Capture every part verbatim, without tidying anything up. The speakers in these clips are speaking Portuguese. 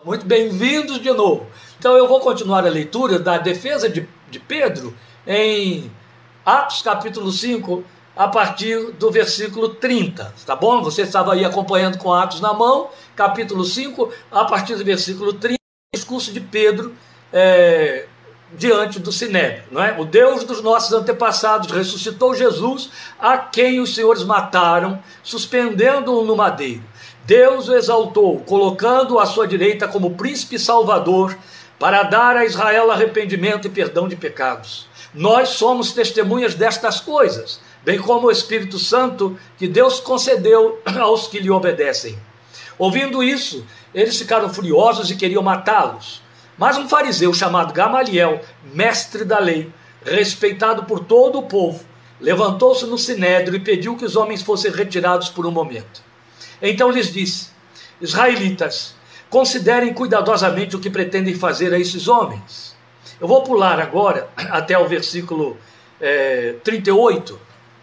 Muito bem-vindos de novo. Então eu vou continuar a leitura da defesa de, de Pedro em Atos capítulo cinco, a partir do versículo trinta, tá bom? Você estava aí acompanhando com Atos na mão, capítulo cinco, a partir do versículo trinta, o discurso de Pedro é, diante do Sinédrio, não é? O Deus dos nossos antepassados ressuscitou Jesus, a quem os senhores mataram, suspendendo-o no madeiro. Deus o exaltou, colocando-o à sua direita como príncipe salvador, para dar a Israel arrependimento e perdão de pecados. Nós somos testemunhas destas coisas, bem como o Espírito Santo que Deus concedeu aos que lhe obedecem. Ouvindo isso, eles ficaram furiosos e queriam matá-los. Mas um fariseu chamado Gamaliel, mestre da lei, respeitado por todo o povo, levantou-se no sinédrio e pediu que os homens fossem retirados por um momento. Então lhes disse: israelitas, considerem cuidadosamente o que pretendem fazer a esses homens. Eu vou pular agora até o versículo é, trinta e oito,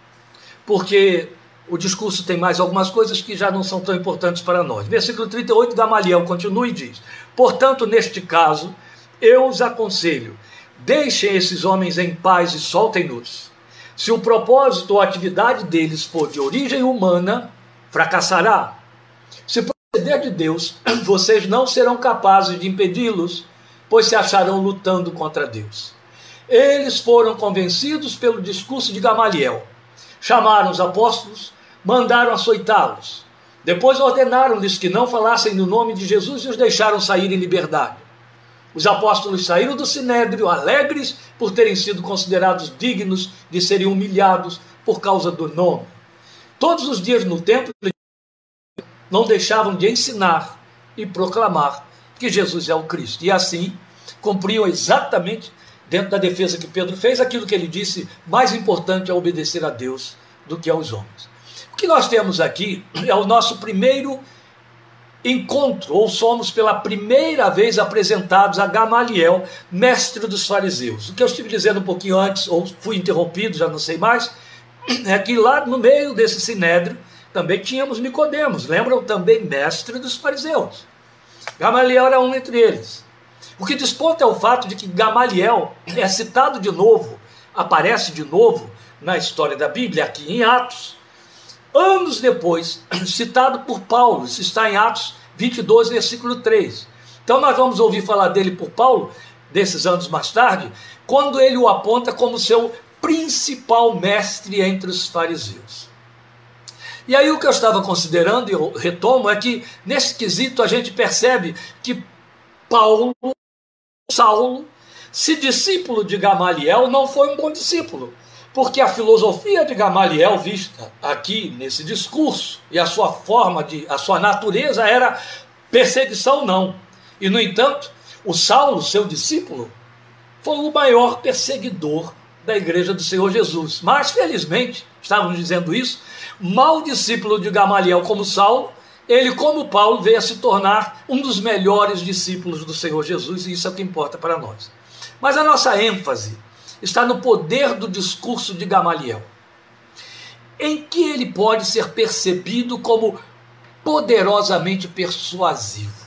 porque o discurso tem mais algumas coisas que já não são tão importantes para nós. Versículo trinta e oito, Gamaliel continua e diz: portanto, neste caso, eu os aconselho, deixem esses homens em paz e soltem-nos. Se o propósito ou a atividade deles for de origem humana, fracassará. Se proceder de Deus, vocês não serão capazes de impedi-los, pois se acharão lutando contra Deus. Eles foram convencidos pelo discurso de Gamaliel. Chamaram os apóstolos, mandaram açoitá-los. Depois ordenaram-lhes que não falassem no nome de Jesus e os deixaram sair em liberdade. Os apóstolos saíram do sinédrio alegres por terem sido considerados dignos de serem humilhados por causa do nome. Todos os dias no templo não deixavam de ensinar e proclamar que Jesus é o Cristo. E assim cumpriam exatamente, dentro da defesa que Pedro fez, aquilo que ele disse: mais importante é obedecer a Deus do que aos homens. O que nós temos aqui é o nosso primeiro encontro, ou somos pela primeira vez apresentados a Gamaliel, mestre dos fariseus. O que eu estive dizendo um pouquinho antes, ou fui interrompido, já não sei mais, é que lá no meio desse sinédrio também tínhamos Nicodemos, lembram? Também mestre dos fariseus. Gamaliel era um entre eles. O que desponta é o fato de que Gamaliel é citado de novo, aparece de novo na história da Bíblia, aqui em Atos, anos depois, citado por Paulo. Isso está em Atos vinte e dois, versículo três. Então nós vamos ouvir falar dele por Paulo, desses anos mais tarde, quando ele o aponta como seu principal mestre entre os fariseus. E aí o que eu estava considerando, e eu retomo, é que nesse quesito a gente percebe que Paulo, Saulo, se discípulo de Gamaliel, não foi um bom discípulo, porque a filosofia de Gamaliel, vista aqui nesse discurso, e a sua forma, de, a sua natureza era perseguição, não. E no entanto, o Saulo, seu discípulo, foi o maior perseguidor da igreja do Senhor Jesus. Mas felizmente, estávamos dizendo isso, mal discípulo de Gamaliel como Saulo, ele, como Paulo, veio a se tornar um dos melhores discípulos do Senhor Jesus, e isso é o que importa para nós. Mas a nossa ênfase está no poder do discurso de Gamaliel, em que ele pode ser percebido como poderosamente persuasivo.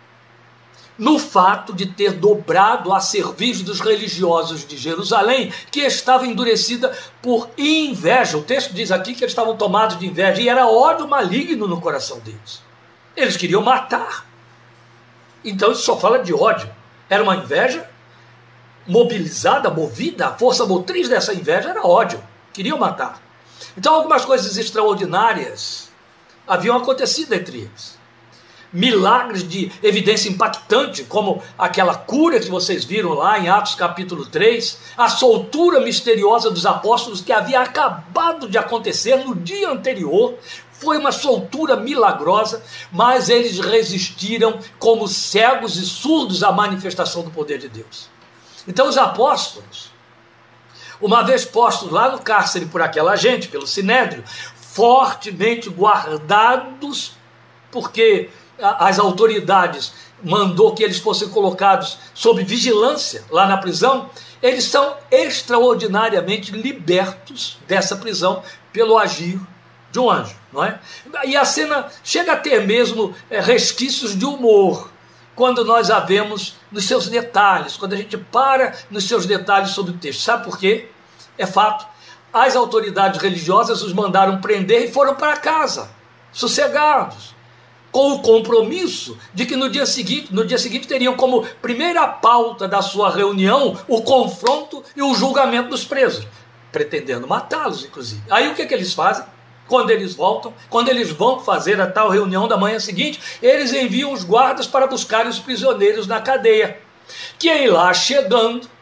No fato de ter dobrado a serviço dos religiosos de Jerusalém, que estava endurecida por inveja. O texto diz aqui que eles estavam tomados de inveja, e era ódio maligno no coração deles. Eles queriam matar. Então isso só fala de ódio. Era uma inveja mobilizada, movida, a força motriz dessa inveja era ódio. Queriam matar. Então algumas coisas extraordinárias haviam acontecido entre eles. Milagres de evidência impactante, como aquela cura que vocês viram lá em Atos capítulo três, a soltura misteriosa dos apóstolos que havia acabado de acontecer no dia anterior. Foi uma soltura milagrosa, mas eles resistiram como cegos e surdos à manifestação do poder de Deus. Então os apóstolos, uma vez postos lá no cárcere por aquela gente, pelo sinédrio, fortemente guardados, porque as autoridades mandou que eles fossem colocados sob vigilância lá na prisão, eles são extraordinariamente libertos dessa prisão pelo agir de um anjo, não é? E a cena chega a ter mesmo é, resquícios de humor, quando nós a vemos nos seus detalhes, quando a gente para nos seus detalhes sobre o texto. Sabe por quê? É fato. As autoridades religiosas os mandaram prender e foram para casa, sossegados, com o compromisso de que no dia seguinte, no dia seguinte teriam como primeira pauta da sua reunião o confronto e o julgamento dos presos, pretendendo matá-los, inclusive. Aí o que, é que eles fazem? Quando eles voltam, quando eles vão fazer a tal reunião da manhã seguinte, eles enviam os guardas para buscarem os prisioneiros na cadeia, que aí lá chegando,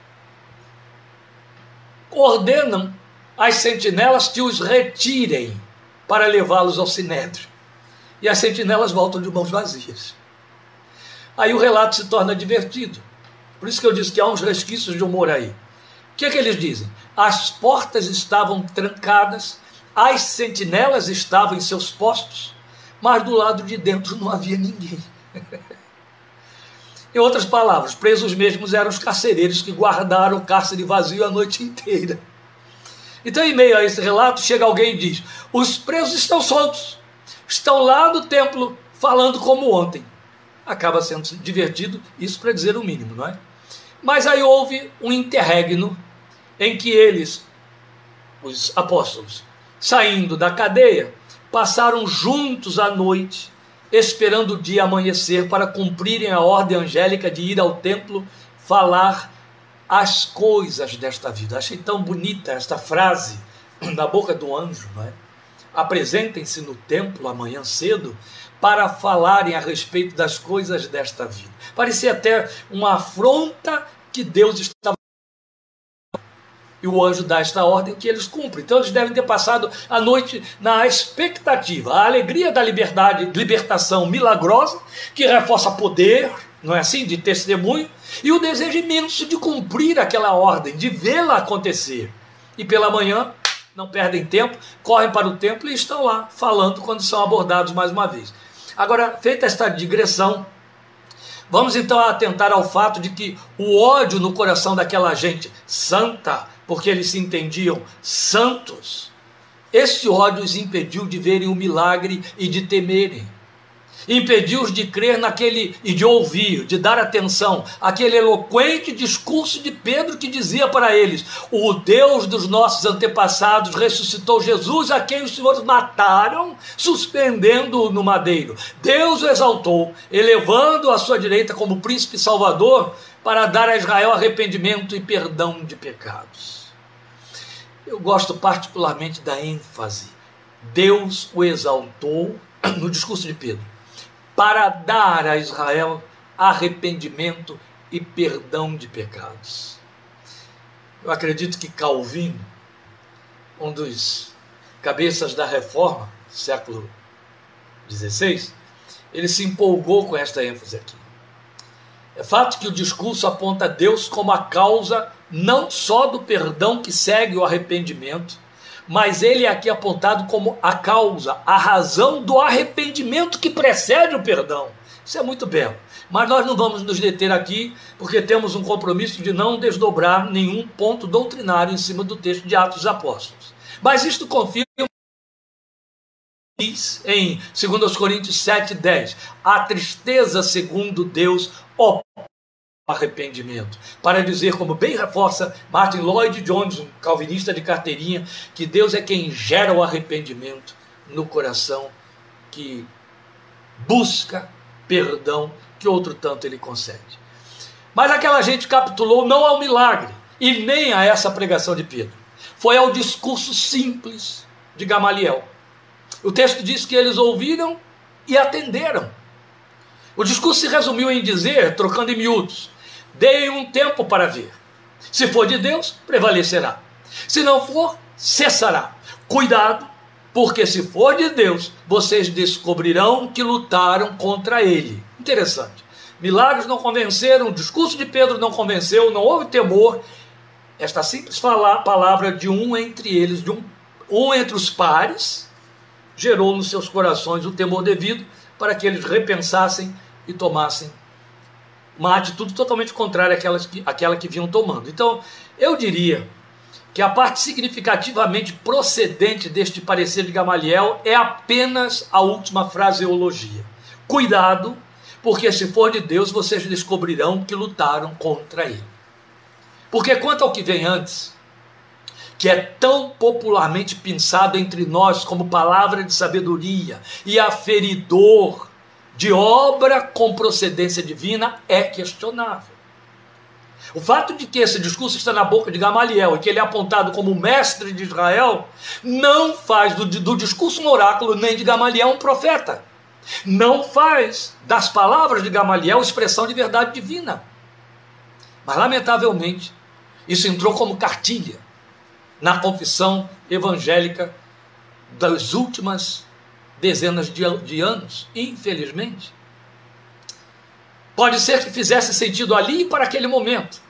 ordenam as sentinelas que os retirem para levá-los ao sinédrio. E as sentinelas voltam de mãos vazias. Aí o relato se torna divertido. Por isso que eu disse que há uns resquícios de humor aí. O que é que eles dizem? As portas estavam trancadas, as sentinelas estavam em seus postos, mas do lado de dentro não havia ninguém. Em outras palavras, presos mesmos eram os carcereiros que guardaram o cárcere vazio a noite inteira. Então, em meio a esse relato, chega alguém e diz: os presos estão soltos, estão lá no templo falando como ontem. Acaba sendo divertido, isso para dizer o mínimo, não é? Mas aí houve um interregno em que eles, os apóstolos, saindo da cadeia, passaram juntos a noite, esperando o dia amanhecer para cumprirem a ordem angélica de ir ao templo falar as coisas desta vida. Achei tão bonita esta frase na boca do anjo, não é? Apresentem-se no templo amanhã cedo para falarem a respeito das coisas desta vida. Parecia até uma afronta que Deus estava... E o anjo dá esta ordem que eles cumprem. Então eles devem ter passado a noite na expectativa, a alegria da liberdade, libertação milagrosa, que reforça poder, não é assim, de testemunho, e o desejo imenso de cumprir aquela ordem, de vê-la acontecer. E pela manhã não perdem tempo, correm para o templo e estão lá falando quando são abordados mais uma vez. Agora, feita esta digressão, vamos então atentar ao fato de que o ódio no coração daquela gente santa, porque eles se entendiam santos, esse ódio os impediu de verem o milagre e de temerem. Impediu-os de crer naquele e de ouvir, de dar atenção àquele eloquente discurso de Pedro que dizia para eles: o Deus dos nossos antepassados ressuscitou Jesus, a quem os senhores mataram, suspendendo-o no madeiro. Deus o exaltou, elevando-o à sua direita como príncipe salvador, para dar a Israel arrependimento e perdão de pecados. Eu gosto particularmente da ênfase. Deus o exaltou no discurso de Pedro, para dar a Israel arrependimento e perdão de pecados. Eu acredito que Calvino, um dos cabeças da Reforma, século dezesseis, ele se empolgou com esta ênfase aqui. É fato que o discurso aponta Deus como a causa não só do perdão que segue o arrependimento, mas ele é aqui apontado como a causa, a razão do arrependimento que precede o perdão. Isso é muito belo. Mas nós não vamos nos deter aqui, porque temos um compromisso de não desdobrar nenhum ponto doutrinário em cima do texto de Atos dos Apóstolos. Mas isto confirma, diz em dois Coríntios sete, dez, a tristeza segundo Deus opera arrependimento, para dizer, como bem reforça Martin Lloyd Jones, um calvinista de carteirinha, que Deus é quem gera o arrependimento no coração que busca perdão que outro tanto ele concede. Mas aquela gente capitulou não ao milagre e nem a essa pregação de Pedro, foi ao discurso simples de Gamaliel. O texto diz que eles ouviram e atenderam. O discurso se resumiu em dizer, trocando em miúdos: deem um tempo para ver. Se for de Deus, prevalecerá. Se não for, cessará. Cuidado, porque se for de Deus, vocês descobrirão que lutaram contra ele. Interessante. Milagres não convenceram, o discurso de Pedro não convenceu, não houve temor. Esta simples palavra de um entre eles, de um, um entre os pares, gerou nos seus corações o temor devido para que eles repensassem e tomassem uma atitude totalmente contrária àquela que, àquela que vinham tomando. Então, eu diria que a parte significativamente procedente deste parecer de Gamaliel é apenas a última fraseologia. Cuidado, porque se for de Deus, vocês descobrirão que lutaram contra ele. Porque quanto ao que vem antes, que é tão popularmente pensado entre nós como palavra de sabedoria e aferidor de obra com procedência divina, é questionável. O fato de que esse discurso está na boca de Gamaliel e que ele é apontado como mestre de Israel, não faz do, do discurso um oráculo nem de Gamaliel um profeta. Não faz das palavras de Gamaliel expressão de verdade divina. Mas, lamentavelmente, isso entrou como cartilha na confissão evangélica das últimas dezenas de, de anos, infelizmente. Pode ser que fizesse sentido ali para aquele momento.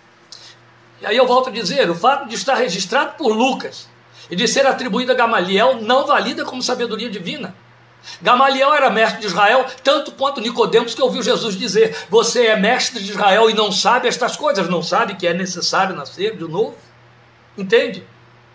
E aí eu volto a dizer, o fato de estar registrado por Lucas e de ser atribuído a Gamaliel não valida como sabedoria divina. Gamaliel era mestre de Israel, tanto quanto Nicodemos, que ouviu Jesus dizer: você é mestre de Israel e não sabe estas coisas, não sabe que é necessário nascer de novo? Entende?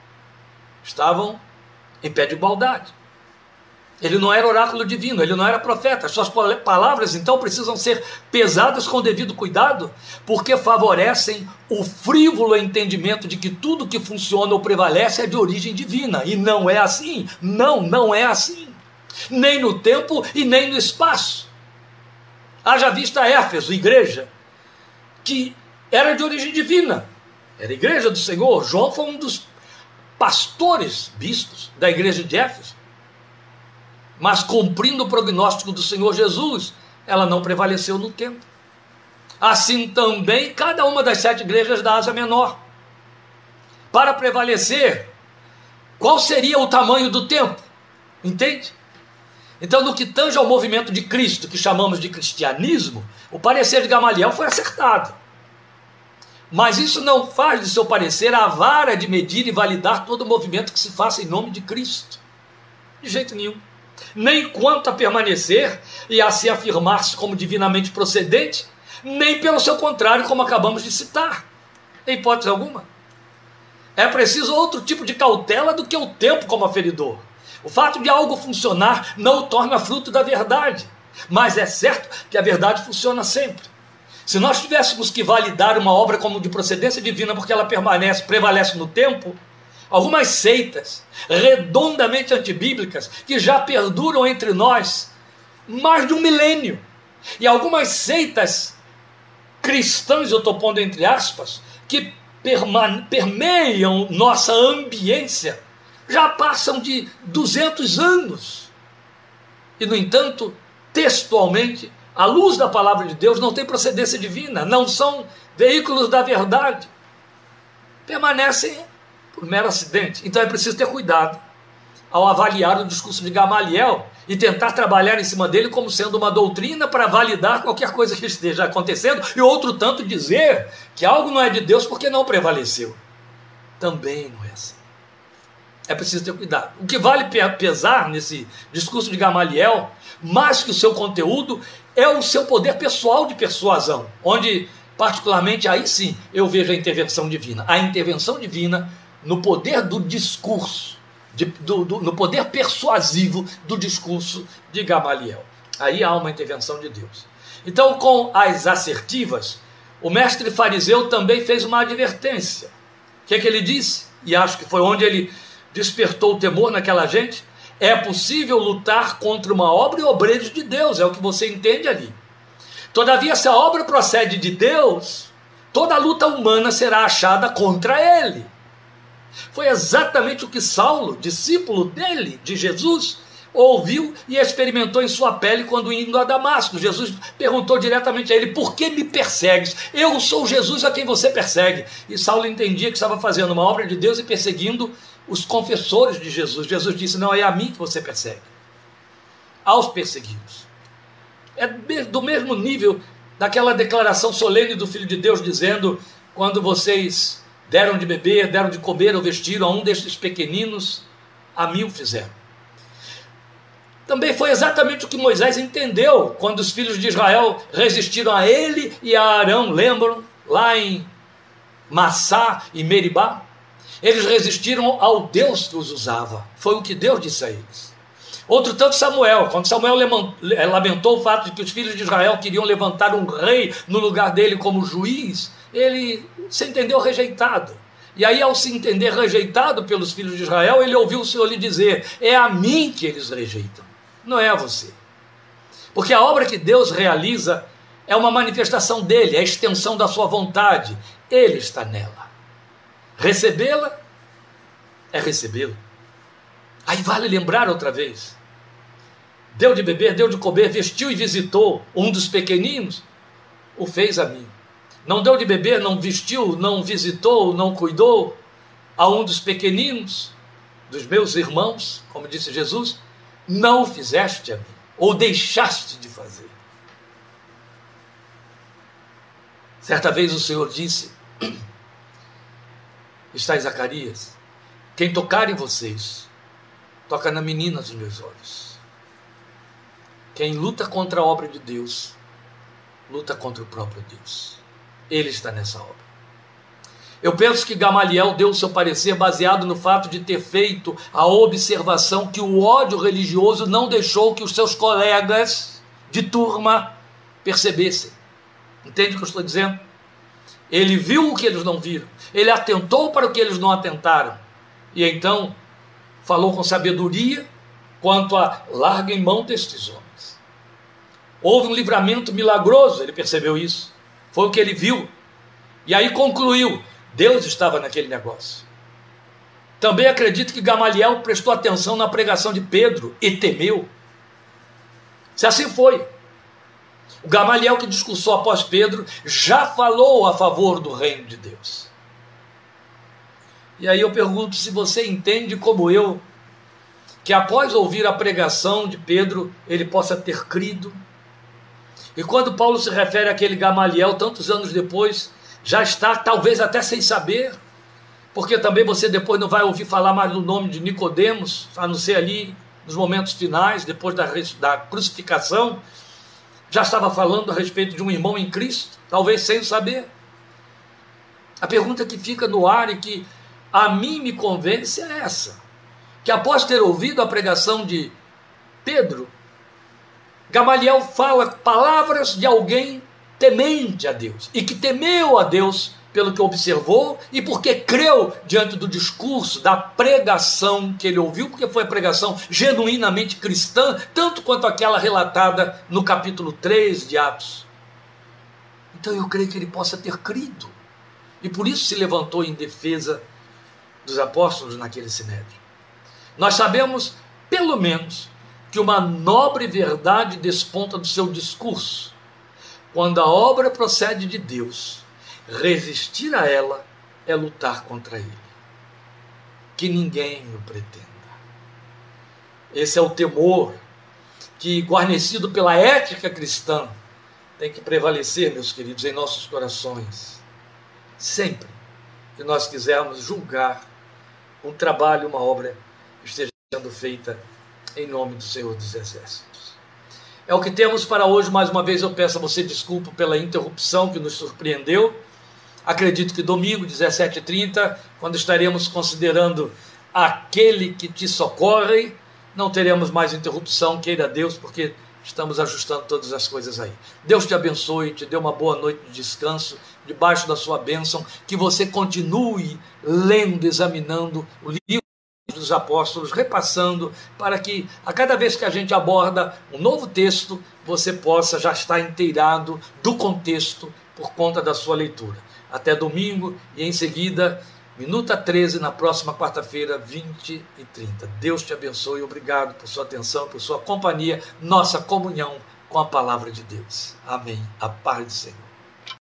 Estavam em pé de igualdade. Ele não era oráculo divino, ele não era profeta. As suas palavras, então, precisam ser pesadas com devido cuidado, porque favorecem o frívolo entendimento de que tudo que funciona ou prevalece é de origem divina. E não é assim. Não, não é assim. Nem no tempo e nem no espaço. Haja vista Éfeso, igreja, que era de origem divina. Era a igreja do Senhor. João foi um dos pastores, bispos, da igreja de Éfeso. Mas cumprindo o prognóstico do Senhor Jesus, ela não prevaleceu no tempo. Assim também cada uma das sete igrejas da Ásia Menor. Para prevalecer, qual seria o tamanho do tempo? Entende? Então, no que tange ao movimento de Cristo, que chamamos de cristianismo, o parecer de Gamaliel foi acertado. Mas isso não faz de seu parecer a vara de medir e validar todo o movimento que se faça em nome de Cristo. De jeito nenhum. Nem quanto a permanecer e a se afirmar-se como divinamente procedente, nem pelo seu contrário, como acabamos de citar, em hipótese alguma. É preciso outro tipo de cautela do que o tempo como aferidor. O fato de algo funcionar não o torna fruto da verdade, mas é certo que a verdade funciona sempre. Se nós tivéssemos que validar uma obra como de procedência divina porque ela permanece, prevalece no tempo, algumas seitas redondamente antibíblicas que já perduram entre nós mais de um milênio, e algumas seitas cristãs, eu estou pondo entre aspas, que permeiam nossa ambiência, já passam de duzentos anos, e no entanto, textualmente, à luz da palavra de Deus, não tem procedência divina, não são veículos da verdade, permanecem por mero acidente. Então é preciso ter cuidado ao avaliar o discurso de Gamaliel e tentar trabalhar em cima dele como sendo uma doutrina para validar qualquer coisa que esteja acontecendo, e outro tanto dizer que algo não é de Deus porque não prevaleceu. Também não é assim. É preciso ter cuidado. O que vale pesar nesse discurso de Gamaliel, mais que o seu conteúdo, é o seu poder pessoal de persuasão, onde, particularmente, aí sim, eu vejo a intervenção divina. A intervenção divina no poder do discurso, de, do, do, no poder persuasivo do discurso de Gamaliel. Aí há uma intervenção de Deus. Então, com as assertivas, o mestre fariseu também fez uma advertência. O que é que ele disse? E acho que foi onde ele despertou o temor naquela gente. É possível lutar contra uma obra e obreiros de Deus, é o que você entende ali. Todavia, se a obra procede de Deus, toda a luta humana será achada contra ele. Foi exatamente o que Saulo, discípulo dele, de Jesus, ouviu e experimentou em sua pele quando indo a Damasco. Jesus perguntou diretamente a ele: por que me persegues? Eu sou Jesus a quem você persegue. E Saulo entendia que estava fazendo uma obra de Deus e perseguindo os confessores de Jesus. Jesus disse: não, é a mim que você persegue, aos perseguidos. É do mesmo nível daquela declaração solene do Filho de Deus, dizendo: quando vocês deram de beber, deram de comer ou vestiram a um destes pequeninos, a mim o fizeram. Também foi exatamente o que Moisés entendeu quando os filhos de Israel resistiram a ele e a Arão, lembram? Lá em Massá e Meribá. Eles resistiram ao Deus que os usava. Foi o que Deus disse a eles. Outro tanto Samuel, quando Samuel lamentou o fato de que os filhos de Israel queriam levantar um rei no lugar dele como juiz, ele se entendeu rejeitado. E aí, ao se entender rejeitado pelos filhos de Israel, ele ouviu o Senhor lhe dizer: é a mim que eles rejeitam, não é a você. Porque a obra que Deus realiza é uma manifestação dele, é a extensão da sua vontade. Ele está nela. Recebê-la é recebê-lo. Aí vale lembrar outra vez: deu de beber, deu de comer, vestiu e visitou um dos pequeninos, o fez a mim. Não deu de beber, não vestiu, não visitou, não cuidou a um dos pequeninos, dos meus irmãos, como disse Jesus, não o fizeste a mim, ou deixaste de fazer. Certa vez o Senhor disse, está em Zacarias: quem tocar em vocês, toca na menina dos meus olhos. Quem luta contra a obra de Deus, luta contra o próprio Deus. Ele está nessa obra. Eu penso que Gamaliel deu o seu parecer baseado no fato de ter feito a observação que o ódio religioso não deixou que os seus colegas de turma percebessem. Entende o que eu estou dizendo? Ele viu o que eles não viram, ele atentou para o que eles não atentaram, e então falou com sabedoria quanto a larguem mão destes homens. Houve um livramento milagroso, ele percebeu isso, foi o que ele viu, e aí concluiu: Deus estava naquele negócio. Também acredito que Gamaliel prestou atenção na pregação de Pedro e temeu. Se assim foi, o Gamaliel que discursou após Pedro já falou a favor do reino de Deus. E aí eu pergunto se você entende como eu, que após ouvir a pregação de Pedro, ele possa ter crido. E quando Paulo se refere àquele Gamaliel, tantos anos depois, já está talvez até sem saber, porque também você depois não vai ouvir falar mais do nome de Nicodemos, a não ser ali nos momentos finais, depois da, da crucificação, já estava falando a respeito de um irmão em Cristo, talvez sem saber. A pergunta que fica no ar e que a mim me convence é essa: que após ter ouvido a pregação de Pedro, Gamaliel fala palavras de alguém temente a Deus, e que temeu a Deus pelo que observou e porque creu diante do discurso, da pregação que ele ouviu, porque foi a pregação genuinamente cristã, tanto quanto aquela relatada no capítulo três de Atos. Então eu creio que ele possa ter crido, e por isso se levantou em defesa dos apóstolos naquele sinédrio. Nós sabemos, pelo menos, que uma nobre verdade desponta do seu discurso: quando a obra procede de Deus, resistir a ela é lutar contra ele. Que ninguém o pretenda. Esse é o temor que, guarnecido pela ética cristã, tem que prevalecer, meus queridos, em nossos corações, sempre que nós quisermos julgar um trabalho, uma obra que esteja sendo feita em nome do Senhor dos Exércitos. É o que temos para hoje. Mais uma vez eu peço a você desculpa pela interrupção que nos surpreendeu. Acredito que domingo, dezessete e trinta, quando estaremos considerando aquele que te socorre, não teremos mais interrupção, queira Deus, porque estamos ajustando todas as coisas aí. Deus te abençoe, te dê uma boa noite de descanso, debaixo da sua bênção, que você continue lendo, examinando o livro dos apóstolos, repassando, para que a cada vez que a gente aborda um novo texto, você possa já estar inteirado do contexto por conta da sua leitura. Até domingo e em seguida, minuta treze, na próxima quarta-feira, vinte e trinta. Deus te abençoe, obrigado por sua atenção, por sua companhia, nossa comunhão com a palavra de Deus. Amém. A paz do Senhor.